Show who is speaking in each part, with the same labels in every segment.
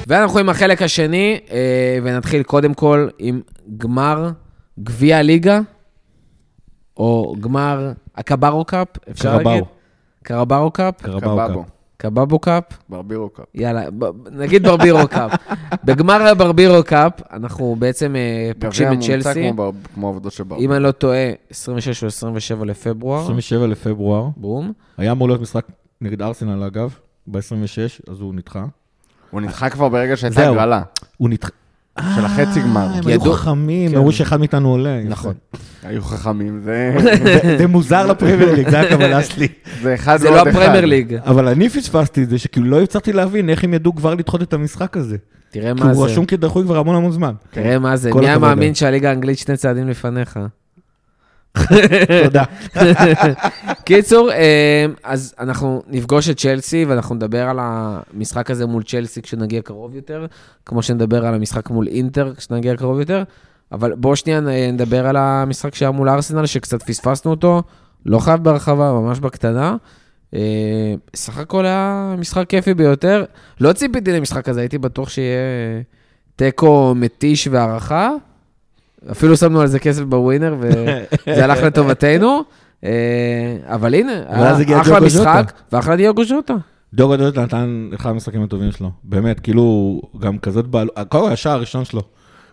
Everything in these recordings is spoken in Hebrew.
Speaker 1: ואנחנו עם החלק השני, ונתחיל קודם כל עם גמר גביע הליגה, או גמר הקבארו קאפ, אפשר להגיד? קרבארו קאפ? קבאבו קאפ?
Speaker 2: ברבירו קאפ.
Speaker 1: יאללה, נגיד ברבירו קאפ. בגמר הברבירו קאפ, אנחנו בעצם פוגשים את צ'לסי.
Speaker 2: כמו עבודות של ברבירו.
Speaker 1: אם אני לא טועה, 26 או 27 לפברואר.
Speaker 3: 27 לפברואר.
Speaker 1: בום.
Speaker 3: היה אמור להיות משחק נגד ארסנל, אגב, ב-26, אז הוא נדחה.
Speaker 2: הוא נדחה כבר ברגע שהייתה הגרלה.
Speaker 3: הוא נדחה.
Speaker 2: של החצי גמר.
Speaker 3: הם היו חכמים, אמרו שאחד מאיתנו עולה.
Speaker 1: נכון.
Speaker 2: היו חכמים,
Speaker 3: זה מוזר לפרמייר ליג, זה הקבלה שלי.
Speaker 1: זה לא הפרמייר ליג.
Speaker 3: אבל אני פספסתי את זה, שכאילו לא הצלחתי להבין איך הם ידעו כבר לדחות את המשחק הזה.
Speaker 1: תראה מה
Speaker 3: כי הוא
Speaker 1: זה.
Speaker 3: רשום כדחוי כבר המון זמן.
Speaker 1: תראה מה זה. מי המאמין שהליגה האנגלית שני צעדים לפניך?
Speaker 3: תודה.
Speaker 1: קיצור, אז אנחנו נפגוש את צ'לסי, ואנחנו נדבר על המשחק הזה מול צ'לסי כשנגיע קרוב יותר, כמו שנדבר על המשחק מול אינטר כשנגיע קרוב יותר, אבל בואו שנייה נדבר על המשחק שהיה מול ארסנל, שקצת פספסנו אותו, לא חייב בהרחבה, ממש בקטנה. סך הכל היה משחק כיפי ביותר. לא ציפיתי למשחק הזה, הייתי בטוח שיהיה טקו מתיש והערכה, אפילו שמנו על זה כסף בווינר, וזה הלך לטובתנו, אבל הנה, אחלה משחק, ואחלה דיוגו ז'וטה.
Speaker 3: דיוגו ז'וטה נתן אחד המשחקים הטובים שלו, באמת, כאילו, גם כזאת כל השער הראשון שלו.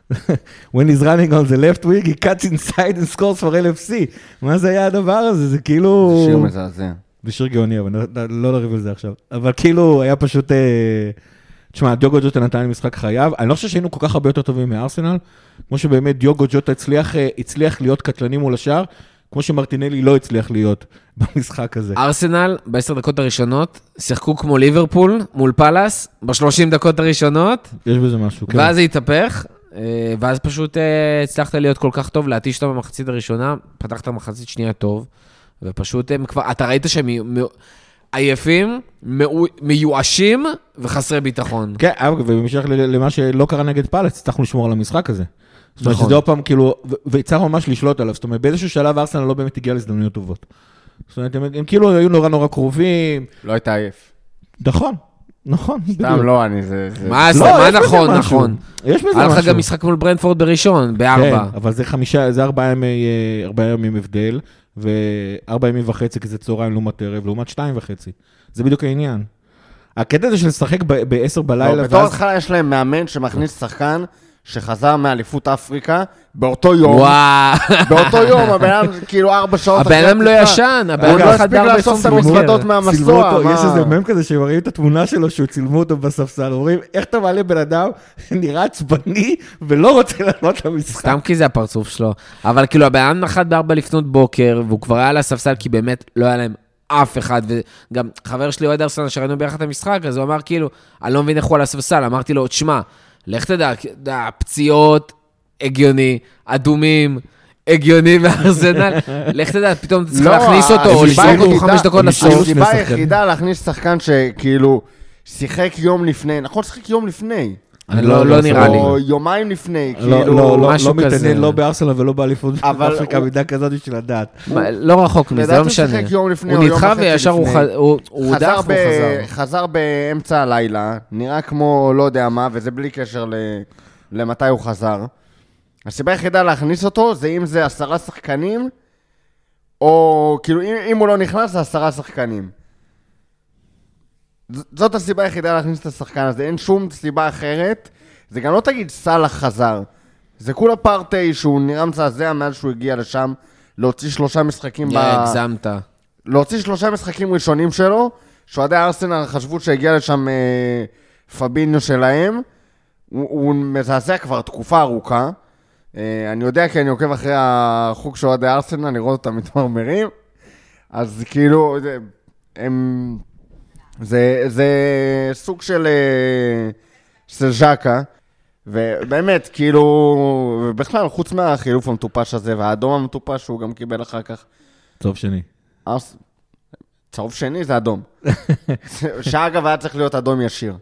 Speaker 3: When he's running on the left wing, he cuts inside and scores for LFC. מה זה היה הדבר הזה? זה כאילו...
Speaker 2: שיר מזעזע.
Speaker 3: זה שיר גאוני, אבל לא לריב על זה עכשיו. אבל כאילו, היה פשוט... תשמע, דיוגו ג'וטה נתן לי משחק חייב, אני לא חושב שהיינו כל כך הרבה יותר טובים מארסנל, כמו שבאמת דיוגו ג'וטה הצליח להיות קטלני מול השאר, כמו שמרטינלי לא הצליח להיות במשחק הזה.
Speaker 1: ארסנל, ב10 דקות הראשונות, שיחקו כמו ליברפול מול פלאס, ב30 דקות הראשונות.
Speaker 3: יש בזה משהו, כן.
Speaker 1: ואז זה התהפך, ואז פשוט הצלחת להיות כל כך טוב, להתיש אותם במחצית הראשונה, פתחת מחצית שנייה טוב, ופשוט הם כבר, אתה ראית שהם עייפים, מיואשים וחסרי ביטחון.
Speaker 3: כן, ובמשך למה שלא קרה נגד פלאס, הצלחנו לשמור על המשחק הזה. זאת אומרת שזה עוד פעם כאילו, והצלח ממש לשלוט עליו, זאת אומרת באיזשהו שלב ארסנל לא באמת הגיע להזדמנויות טובות. זאת אומרת, הם כאילו היו נורא קרובים.
Speaker 2: לא הייתה עייף.
Speaker 3: נכון.
Speaker 2: סתם לא,
Speaker 1: מה נכון?
Speaker 3: יש בזה משהו.
Speaker 1: היה לך גם משחק מול ברנפורד בראשון, ב4.
Speaker 3: כן, אבל זה 4 ימים הבדל, ו4 ימים וחצי כזה צהריים לעומת ערב, לעומת 2.5. זה בדיוק העניין. הקטע הזה של לשחק ב-10 בלילה.
Speaker 2: בתור התחלה יש להם מאמן שמכניס שחקן, שחזר מאליפות אפריקה, באותו יום, באותו יום, הבן כאילו 4 שעות.
Speaker 1: הבן לא ישן,
Speaker 2: הוא לא הספיק לעשות את המזוודות מהמסוע.
Speaker 3: יש איזה מם כזה שמראים את התמונה שלו, שהוא צילמו אותו בספסל, אומרים, איך אתה מעלה בן אדם נראה עצבני, ולא רוצה לענות למשחק.
Speaker 1: סתם כי זה הפרצוף שלו. אבל כאילו, הבן אדם נחת ב4 לפנות בוקר, והוא כבר היה לספסל, כי באמת לא היה להם אף אחד, וגם חבר שלי אוהד ארסנל, שראינו ביחד את המשחק, אז הוא אמר כאילו, אני לא מבין איך הוא על הספסל, אמרתי לו, תשמע, לך תדע, פציעות, הגיוני, אדומים, הגיוני וארסנל, לך תדע, פתאום אתה צריך להכניס אותו, או לזרוק אותו 5 דקות לסוף.
Speaker 2: הסיבה היחידה להכניס שחקן שכאילו שיחק יום לפני, נכון שיחק יום לפני.
Speaker 1: לא נראה לי.
Speaker 2: או יומיים לפני, כאילו,
Speaker 3: משהו כזה. לא מתעניין, לא בארסנל ולא באליפות אפריקה, מידה כזאת של הדעת.
Speaker 1: לא רחוק מזה, לא משנה. הוא נדחה וישר הוא הודח והוא
Speaker 2: חזר באמצע הלילה, נראה כמו לא יודע מה, וזה בלי קשר למתי הוא חזר. הסיבה היחידה להכניס אותו, זה אם זה 10 שחקנים, או כאילו אם הוא לא נכנס, זה 10 שחקנים. זאת הסיבה היחידה להכניס את השחקן הזה, אין שום סיבה אחרת, זה גם לא תגיד סלח חזר, זה כולה פארטי שהוא נראה מצעזע מאז שהוא הגיע לשם, להוציא 3 משחקים
Speaker 1: הגזמת.
Speaker 2: להוציא 3 משחקים ראשונים שלו, שועדי ארסנל חשבו שהגיע לשם פביניו שלהם, הוא מזעזע כבר תקופה ארוכה, אני יודע כי אני עוקב אחרי החוק שועדי ארסנל, לראות אותם מתמרמרים, אז כאילו, זה סוג של ז'קה, ובאמת, כאילו, בכלל, חוץ מהחילוף המטופש הזה, והאדום המטופש שהוא גם קיבל אחר כך.
Speaker 3: צהוב שני.
Speaker 2: צהוב שני זה אדום. שאגב היה צריך להיות אדום ישיר.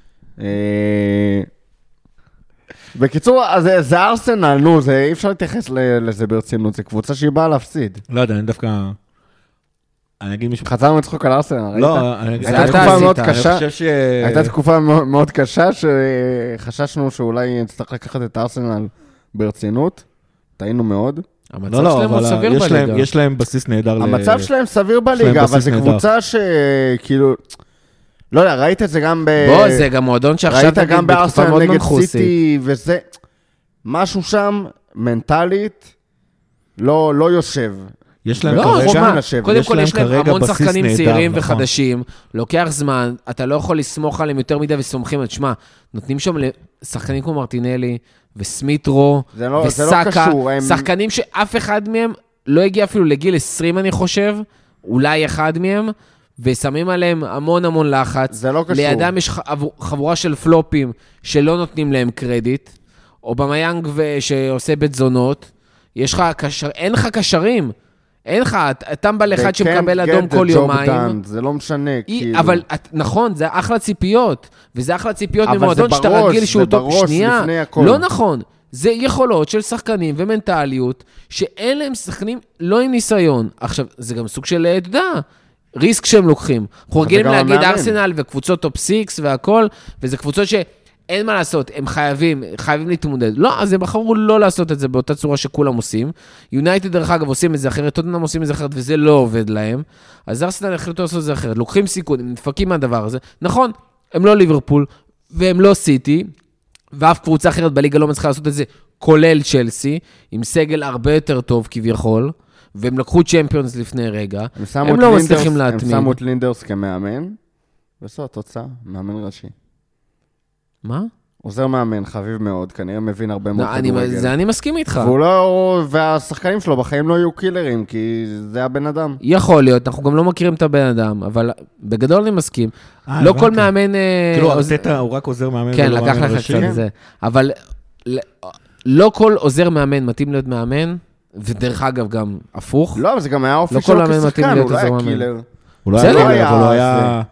Speaker 2: בקיצור, זה ארסנל, נו, אי אפשר להתייחס לזה ברצינות, זה קבוצה שהיא באה להפסיד.
Speaker 3: לא יודע, אני דווקא... אני אגיד משהו.
Speaker 2: חזרנו לצחוק על ארסנל, ראית?
Speaker 3: לא,
Speaker 2: הייתה תקופה מאוד קשה.
Speaker 3: אני חושב
Speaker 2: הייתה תקופה מאוד קשה, שחששנו שאולי נצטרך לקחת את ארסנל ברצינות. טעינו מאוד.
Speaker 1: המצב שלהם עוד סביר בליגה.
Speaker 3: יש להם בסיס נהדר.
Speaker 2: המצב שלהם סביר בליגה, אבל זו קבוצה שכאילו... לא יודע, ראית את זה גם
Speaker 1: בוא, זה גם מועדון שעכשיו
Speaker 2: ראית גם בארסנל נגד סיטי, וזה... משהו שם, מנטלית, לא יושב.
Speaker 3: יש להם
Speaker 1: קודם כל יש להם המון שחקנים צעירים וחדשים, לוקח זמן, אתה לא יכול לסמוך עליהם יותר מדי וסומכים, תשמע, נותנים שם לשחקנים כמו מרטינלי וסמיטרו וסאקה, שחקנים שאף אחד מהם לא הגיע אפילו לגיל 20 אני חושב, אולי אחד מהם, ושמים עליהם המון לחץ.
Speaker 2: זה לא קשור.
Speaker 1: לידם יש חבורה של פלופים שלא נותנים להם קרדיט, או במייאנג שעושה בית זונות, אין לך קשרים. אין לך, טמבל אחד שמקבל אדום כל יומיים.
Speaker 2: זה לא משנה.
Speaker 1: אבל נכון, זה אחלה ציפיות, וזה אחלה ציפיות ממועדון שאתה רגיל שהוא טוב. שנייה, לא נכון. זה יכולות של שחקנים ומנטליות, שאין להם שחקנים לא עם ניסיון. עכשיו, זה גם סוג של, אתה יודע, ריסק שהם לוקחים. אנחנו רגילים להגיד ארסנל וקבוצות טופ 6 והכל, וזה קבוצות אין מה לעשות, הם חייבים להתמודד. לא, אז הם בחרו לא לעשות את זה באותה צורה שכולם עושים. יונייטד דרך אגב עושים את זה אחרת, טוטנהאם עושים את זה אחרת, וזה לא עובד להם. אז ארסנל החליטו לעשות את זה אחרת. לוקחים סיכון, הם נדפקים מהדבר הזה. נכון, הם לא ליברפול, והם לא סיטי, ואף קבוצה אחרת בליגה לא מצליחה לעשות את זה, כולל צ'לסי, עם סגל הרבה יותר טוב כביכול, והם לקחו צ'מפיונס לפני רגע. הם לא מצליחים להתמיד.
Speaker 2: הם שמו את לינדרס כמאמן, וזו התוצאה, מאמן ראשי.
Speaker 1: מה?
Speaker 2: עוזר מאמן, חביב מאוד, כנראה מבין הרבה מאוד כדורגל.
Speaker 1: זה אני מסכים איתך.
Speaker 2: והשחקנים שלו בחיים לא יהיו קילרים, כי זה הבן אדם.
Speaker 1: יכול להיות, אנחנו גם לא מכירים את הבן אדם, אבל בגדול אני מסכים. לא כל מאמן...
Speaker 3: כאילו, ארטטה הוא רק עוזר מאמן.
Speaker 1: כן, לקח לך קצת את זה. אבל לא כל עוזר מאמן מתאים להיות מאמן, ודרך אגב גם הפוך.
Speaker 2: לא, אבל זה גם היה אופי שלו כשחקן, הוא לא היה קילר.
Speaker 3: הוא לא היה...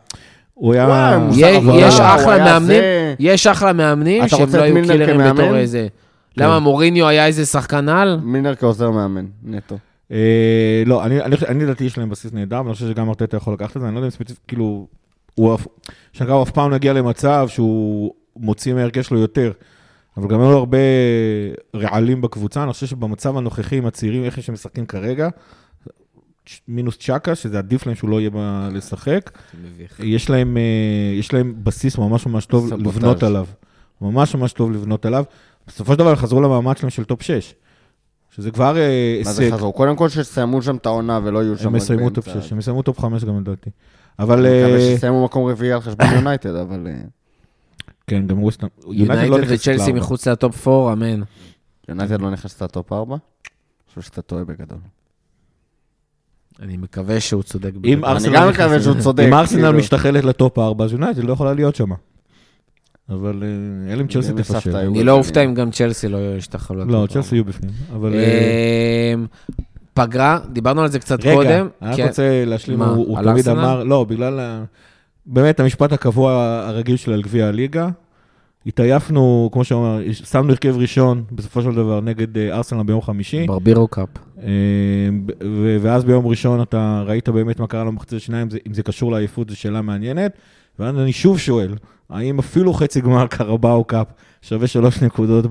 Speaker 1: יש אחלה מאמנים שהם לא היו קילרים בתור איזה. למה מוריניו היה איזה שחקן על?
Speaker 2: מילנר כעוזר מאמן, נטו.
Speaker 3: לא, אני לדעתי יש להם בסיס נהדר, ואני חושב שגם ארטטה יכול לקחת את זה, אני לא יודע אם ספציפית, כאילו, הוא אף פעם נגיע למצב שהוא מוציא מהרכש שלו יותר, אבל גם היו הרבה רעלים בקבוצה, אני חושב שבמצב הנוכחי עם הצעירים, איך שהם משחקים כרגע, מינוס צ'קה, שזה עדיף להם שהוא לא יהיה לשחק. יש להם בסיס ממש טוב לבנות עליו. ממש טוב לבנות עליו. בסופו של דבר חזרו למעמד שלהם של טופ 6. שזה כבר הישג.
Speaker 2: מה זה חזרו? קודם כל שסיימו שם את העונה ולא יהיו שם...
Speaker 3: הם יסיימו טופ 6, הם יסיימו טופ 5 גם לדעתי. אבל...
Speaker 2: אני מקווה שסיימו מקום רביעי על חשבון יונייטד, אבל...
Speaker 3: כן, גם ווסטהאם.
Speaker 1: יונייטד וצ'לסי מחוץ לטופ 4, אמן.
Speaker 2: יונייטד לא נכנס לטופ 4? אני חושב שאתה טועה בגדול.
Speaker 1: אני מקווה שהוא צודק.
Speaker 2: אני גם מקווה שהוא צודק.
Speaker 3: אם ארסנל משתחלת לטופ 4, אז יונייטד לא יכולה להיות שם. אבל אלה עם צ'לסי תפשל.
Speaker 1: אני לא אופתע אם גם צ'לסי לא ישתחלו.
Speaker 3: לא, צ'לסי יהיו בפנים.
Speaker 1: פגרה, דיברנו על זה קצת קודם.
Speaker 3: רגע, אני רוצה להשלים, הוא תמיד אמר, לא, בגלל באמת המשפט הקבוע הרגיל של על גביע הליגה, התעייפנו, כמו שאומר, שמנו הרכב ראשון, בסופו של דבר, נגד ארסנל ביום חמישי.
Speaker 1: ברבירו קאפ.
Speaker 3: ואז ביום ראשון אתה ראית באמת מה קרה למחצית השניים, אם זה קשור לעייפות, זו שאלה מעניינת. ואז אני שוב שואל, האם אפילו חצי גמר קרבאו קאפ שווה 3 נקודות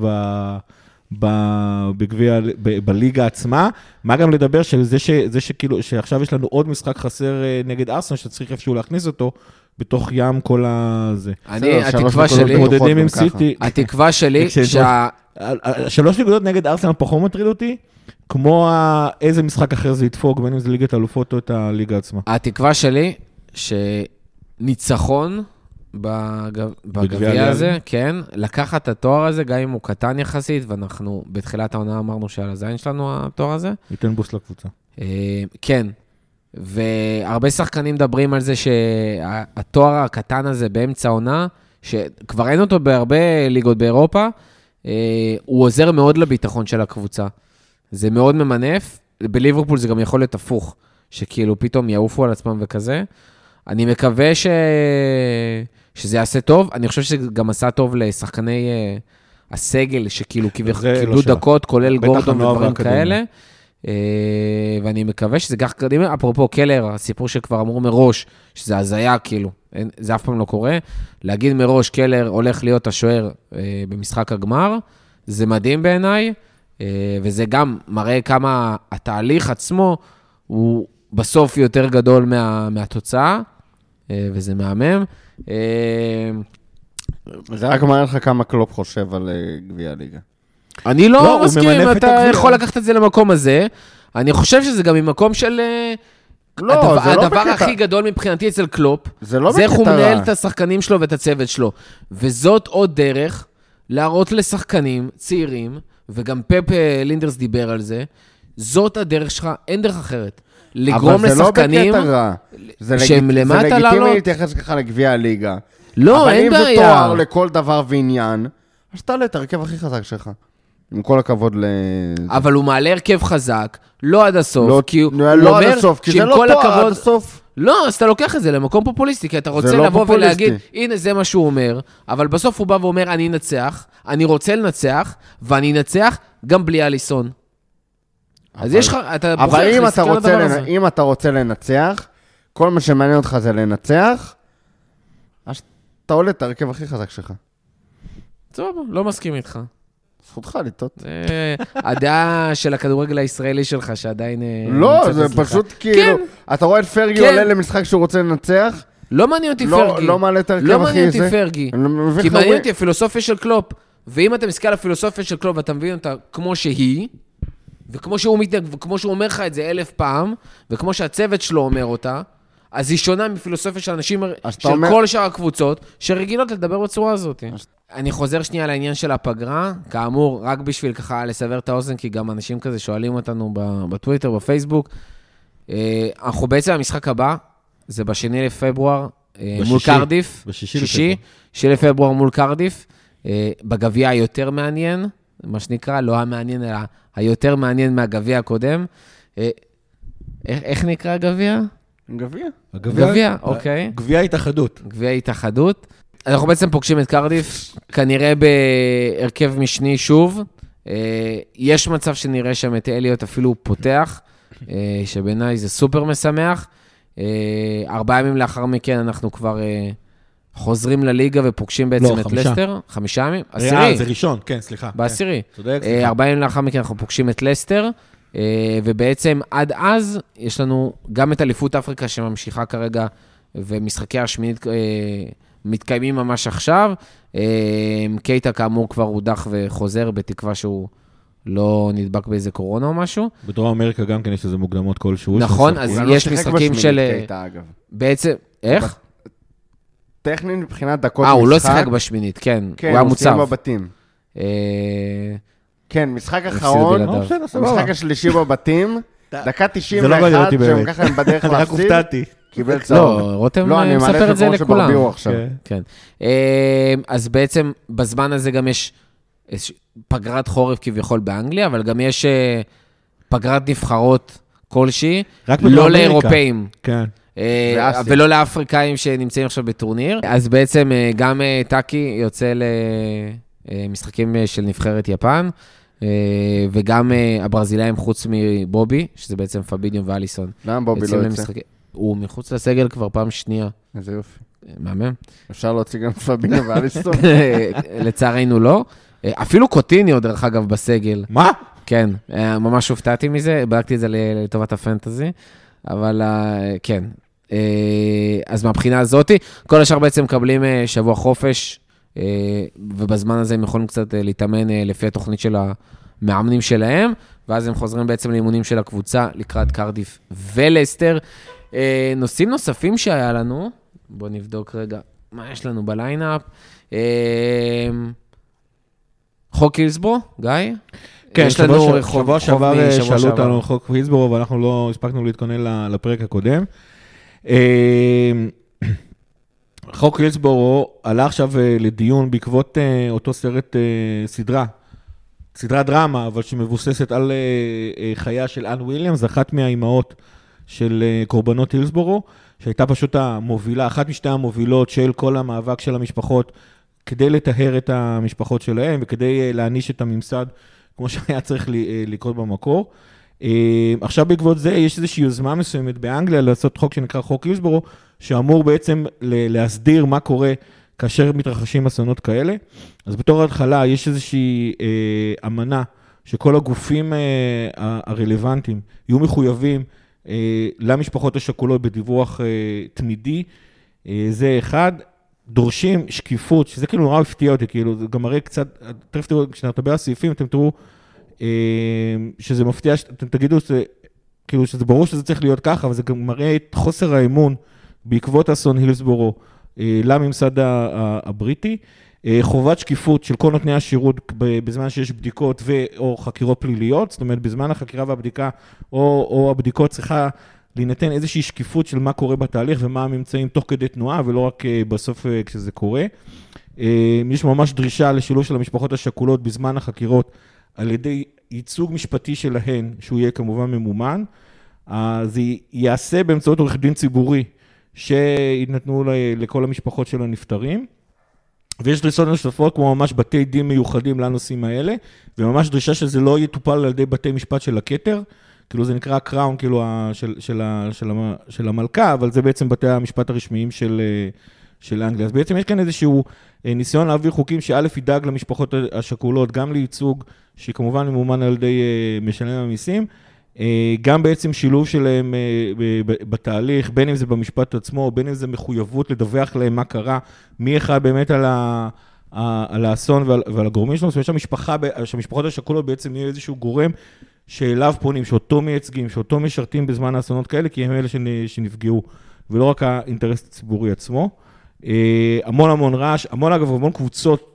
Speaker 3: בליגה עצמה? מה גם לדבר שזה שכאילו, שעכשיו יש לנו עוד משחק חסר נגד ארסנל, שצריך איפשהו להכניס אותו, בתוך ים כל הזה.
Speaker 1: התקווה שלי,
Speaker 3: מודדים עם סיטי.
Speaker 1: התקווה שלי,
Speaker 3: 3 נקודות נגד ארסנל פחות מטריד אותי, כמו איזה משחק אחר זה ידפוק, בין אם זה ליגת אלופות או את הליגה עצמה.
Speaker 1: התקווה שלי, שניצחון בגביע הזה, כן, לקחת את התואר הזה, גם אם הוא קטן יחסית, ואנחנו בתחילת העונה אמרנו שעל הזין שלנו התואר הזה.
Speaker 3: ייתן בוס לקבוצה.
Speaker 1: כן. והרבה שחקנים מדברים על זה שהתואר הקטן הזה באמצע העונה, שכבר אין אותו בהרבה ליגות באירופה, הוא עוזר מאוד לביטחון של הקבוצה. זה מאוד ממנף, בליברפול זה גם יכול להיות הפוך, שכאילו פתאום יעופו על עצמם וכזה. אני מקווה שזה יעשה טוב, אני חושב שזה גם עשה טוב לשחקני הסגל, שכאילו קיבלו דקות, כולל גורדון ודברים כאלה. ואני מקווה שזה כך קדימה. אפרופו קלר, הסיפור שכבר אמרו מראש, שזה הזיה כאילו, זה אף פעם לא קורה. להגיד מראש, קלר הולך להיות השוער במשחק הגמר, זה מדהים בעיניי, וזה גם מראה כמה התהליך עצמו הוא בסוף יותר גדול מהתוצאה, וזה מהמם.
Speaker 2: זה רק מראה לך כמה קלופ חושב על גביע הליגה.
Speaker 1: אני לא מסכים אם אתה יכול לקחת את זה למקום הזה. אני חושב שזה גם ממקום של... הדבר הכי גדול מבחינתי אצל קלופ, זה איך הוא מנהל את השחקנים שלו ואת הצוות שלו. וזאת עוד דרך להראות לשחקנים צעירים, וגם פפ לינדרס דיבר על זה, זאת הדרך שלך, אין דרך אחרת. לגרום לשחקנים שהם למטה לעלות.
Speaker 2: זה לגיטימי להתייחס ככה לגביע הליגה.
Speaker 1: לא, אין בעיה.
Speaker 2: אבל אם זה תואר לכל דבר ועניין, אז תעלה את הרכב הכי חזק שלך. עם כל הכבוד
Speaker 1: אבל הוא מעלה הרכב חזק, לא עד הסוף.
Speaker 2: לא עד הסוף, כי זה לא תואר עד הסוף.
Speaker 1: לא, אז אתה לוקח את זה למקום פופוליסטי, כי אתה רוצה לבוא ולהגיד, הנה זה מה שהוא אומר, אבל בסוף הוא בא ואומר, אני אנצח, אני רוצה לנצח, ואני אנצח גם בלי אליסון. אז יש לך, אתה בוחר להסתכל לדבר הזה.
Speaker 2: אם אתה רוצה לנצח, כל מה שמעניין אותך זה לנצח, אז אתה עולה את הרכב הכי חזק שלך.
Speaker 1: טוב, לא מסכים איתך.
Speaker 2: זכותך לטעות.
Speaker 1: הדעה של הכדורגל הישראלי שלך, שעדיין...
Speaker 2: לא, זה פשוט כאילו... אתה רואה את פרגי עולה למשחק שהוא רוצה לנצח?
Speaker 1: לא מעניין אותי פרגי.
Speaker 2: לא מעלה את הרכב הכי זה?
Speaker 1: לא מעניין אותי פרגי. כי מעניין אותי הפילוסופיה של קלופ. ואם אתה מסתכל על הפילוסופיה של קלופ, ואתה מבין אותה כמו שהיא, וכמו שהוא אומר לך את זה 1000 פעם, וכמו שהצוות שלו אומר אותה, אז היא שונה מפילוסופיה של אנשים, של כל שאר הקבוצות, שרגילות לדבר בצורה הזאת. אני חוזר שנייה לעניין של הפגרה, כאמור, רק בשביל ככה לסבר את האוזן, כי גם אנשים כזה שואלים אותנו בטוויטר, בפייסבוק. אנחנו בעצם המשחק הבא, זה ב2 לפברואר, מול קרדיף. ב6 לפברואר מול קרדיף, בגביע היותר מעניין, מה שנקרא, לא המעניין, אלא היותר מעניין מהגביע הקודם. איך נקרא הגביע? גביע, אוקיי.
Speaker 3: גביע התאחדות.
Speaker 1: גביע התאחדות. אנחנו בעצם פוגשים את קרדיף, כנראה בהרכב משני שוב. יש מצב שנראה שם את אליוט אפילו פותח, שבעיניי זה סופר משמח. 4 ימים לאחר מכן אנחנו כבר חוזרים לליגה ופוגשים בעצם את לסטר. 5 ימים? 10.
Speaker 3: זה ראשון, כן, סליחה.
Speaker 1: ב10. 4 ימים לאחר מכן אנחנו פוגשים את לסטר. ובעצם עד אז יש לנו גם את אליפות אפריקה שממשיכה כרגע, ומשחקי השמינית מתקיימים ממש עכשיו. קייטה כאמור כבר הודח וחוזר, בתקווה שהוא לא נדבק באיזה קורונה או משהו.
Speaker 3: בדרום אמריקה גם כן יש איזה מוקדמות כלשהו.
Speaker 1: נכון, אז יש משחקים של... בעצם, איך?
Speaker 2: טכנית מבחינת דקות משחק.
Speaker 1: הוא לא שיחק בשמינית, כן.
Speaker 2: כן, הוא סיים בבתים. כן, משחק אחרון, המשחק השלישי בבתים, דקה 91, שהם ככה הם בדרך להפסיד.
Speaker 3: רק הופתעתי.
Speaker 2: קיבל צהוב.
Speaker 1: לא, רותם מספר את זה לכולם.
Speaker 2: כן.
Speaker 1: אז בעצם בזמן הזה גם יש פגרת חורף כביכול באנגליה, אבל גם יש פגרת נבחרות כלשהי, לא לאירופאים.
Speaker 3: כן.
Speaker 1: ולא לאפריקאים שנמצאים עכשיו בטורניר. אז בעצם גם טאקי יוצא למשחקים של נבחרת יפן, וגם הברזילאים חוץ מבובי, שזה בעצם פביניו ואליסון.
Speaker 2: למה בובי לא יוצא?
Speaker 1: הוא מחוץ לסגל כבר פעם שנייה.
Speaker 2: איזה יופי.
Speaker 1: מהמם.
Speaker 2: אפשר להוציא גם פביניו ואליסון?
Speaker 1: לצערנו לא. אפילו קוטיניו, דרך אגב, בסגל.
Speaker 3: מה?
Speaker 1: כן, ממש הופתעתי מזה, בדקתי את זה לטובת הפנטזי, אבל כן. אז מהבחינה הזאת, כל השאר בעצם מקבלים שבוע חופש, ובזמן הזה הם יכולים קצת להתאמן לפי התוכנית של המאמנים שלהם, ואז הם חוזרים בעצם לאימונים של הקבוצה לקראת קרדיף ולסטר. נושאים נוספים שהיה לנו, בואו נבדוק רגע מה יש לנו בליינאפ. חוק הילסבורו, גיא?
Speaker 3: כן, שבוע שעבר שאלו אותנו חוק הילסבורו, ואנחנו לא הספקנו להתכונן לפרק הקודם. חוק הילסבורו עלה עכשיו לדיון בעקבות אותו סדרת דרמה, אבל שמבוססת על חיה של אן וויליאמס, אחת מהאימהות של קורבנות הילסבורו, שהייתה פשוט המובילה, אחת משתי המובילות של כל המאבק של המשפחות, כדי לטהר את המשפחות שלהם, וכדי להעניש את הממסד, כמו שהיה צריך לקרות במקור. עכשיו בעקבות זה יש איזושהי יוזמה מסוימת באנגליה לעשות חוק שנקרא חוק הילסבורו, שאמור בעצם להסדיר מה קורה כאשר מתרחשים אסונות כאלה. אז בתור ההתחלה יש איזושהי אמנה שכל הגופים הרלוונטיים יהיו מחויבים למשפחות השכולות בדיווח תמידי. זה אחד. דורשים שקיפות, שזה כאילו נורא הפתיע אותי, כאילו זה גם מראה קצת, תכף תראו, כשנדבר על סעיפים, אתם תראו שזה מפתיע, אתם תגידו כאילו שזה ברור שזה צריך להיות ככה, אבל זה גם מראה את חוסר האמון בעקבות אסון הילסבורו לממסד הבריטי. חובת שקיפות של כל נותני השירות בזמן שיש בדיקות או חקירות פליליות, זאת אומרת, בזמן החקירה והבדיקה או הבדיקות צריכה להינתן איזושהי שקיפות של מה קורה בתהליך ומה הממצאים תוך כדי תנועה, ולא רק בסוף כשזה קורה. יש ממש דרישה לשילוב של המשפחות השכולות בזמן החקירות, על ידי ייצוג משפטי שלהן, שהוא יהיה כמובן ממומן. זה יעשה באמצעות עורך דין ציבורי, שיתנתנו לכל המשפחות של הנפטרים. ויש דרישות נוספות, כמו ממש בתי דין מיוחדים לנושאים האלה, וממש דרישה שזה לא יטופל על ידי בתי משפט של הכתר, כאילו זה נקרא קראון, כאילו של המלכה, אבל זה בעצם בתי המשפט הרשמיים של אנגליה. אז בעצם יש כאן איזשהו ניסיון להעביר חוקים שא' ידאג למשפחות השכולות, גם לייצוג, שכמובן ממומן על ידי משלם המיסים, גם בעצם שילוב שלהם בתהליך, בין אם זה במשפט עצמו, בין אם זה מחויבות לדווח להם מה קרה, מי אחד באמת על האסון ועל הגורמים שלנו, זאת אומרת שהמשפחות השכולות בעצם יהיה איזשהו גורם שאליו פונים, שאותו מייצגים, שאותו משרתים בזמן האסונות כאלה, כי הם אלה שנפגעו, ולא רק האינטרס הציבורי עצמו. המון רעש, המון קבוצות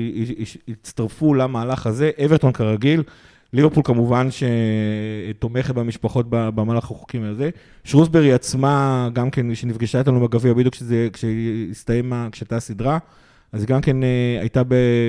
Speaker 3: הצטרפו למהלך הזה, אברטון כרגיל, ליברפול כמובן שתומכת במשפחות במהלך החוקים הזה, שרוסברי עצמה גם כן, שנפגשה איתנו בגביע, בדיוק כשהייתה הסדרה, אז גם כן הייתה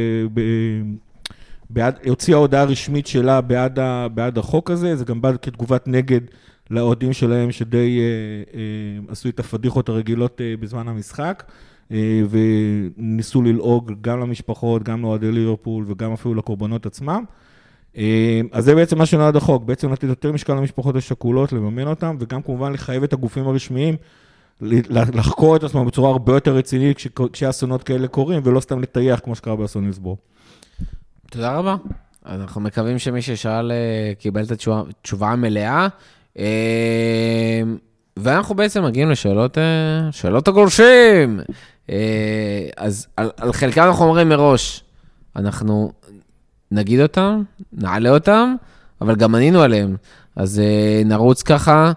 Speaker 3: הוציאה הודעה רשמית שלה בעד החוק הזה, זה גם בא כתגובת נגד לאוהדים שלהם שדי עשו את הפדיחות הרגילות בזמן המשחק, וניסו ללעוג גם למשפחות, גם לאוהדי ליברפול וגם אפילו לקורבנות עצמם. אז זה בעצם מה שנועד החוק, בעצם לתת יותר משקל למשפחות השכולות, לממן אותם, וגם כמובן לחייב את הגופים הרשמיים, לחקור את עצמם בצורה הרבה יותר רצינית כשאסונות כאלה קורים, ולא סתם לטייח כמו שקרה באסון הילסבורו.
Speaker 1: תודה רבה. אנחנו מקווים שמי ששאל קיבל את התשובה המלאה. ואנחנו בעצם מגיעים לשאלות הגולשים. אז על חלקם אנחנו אומרים מראש, אנחנו נגיד אותם, נעלה אותם, אבל גם ענינו עליהם. אז נרוץ ככה,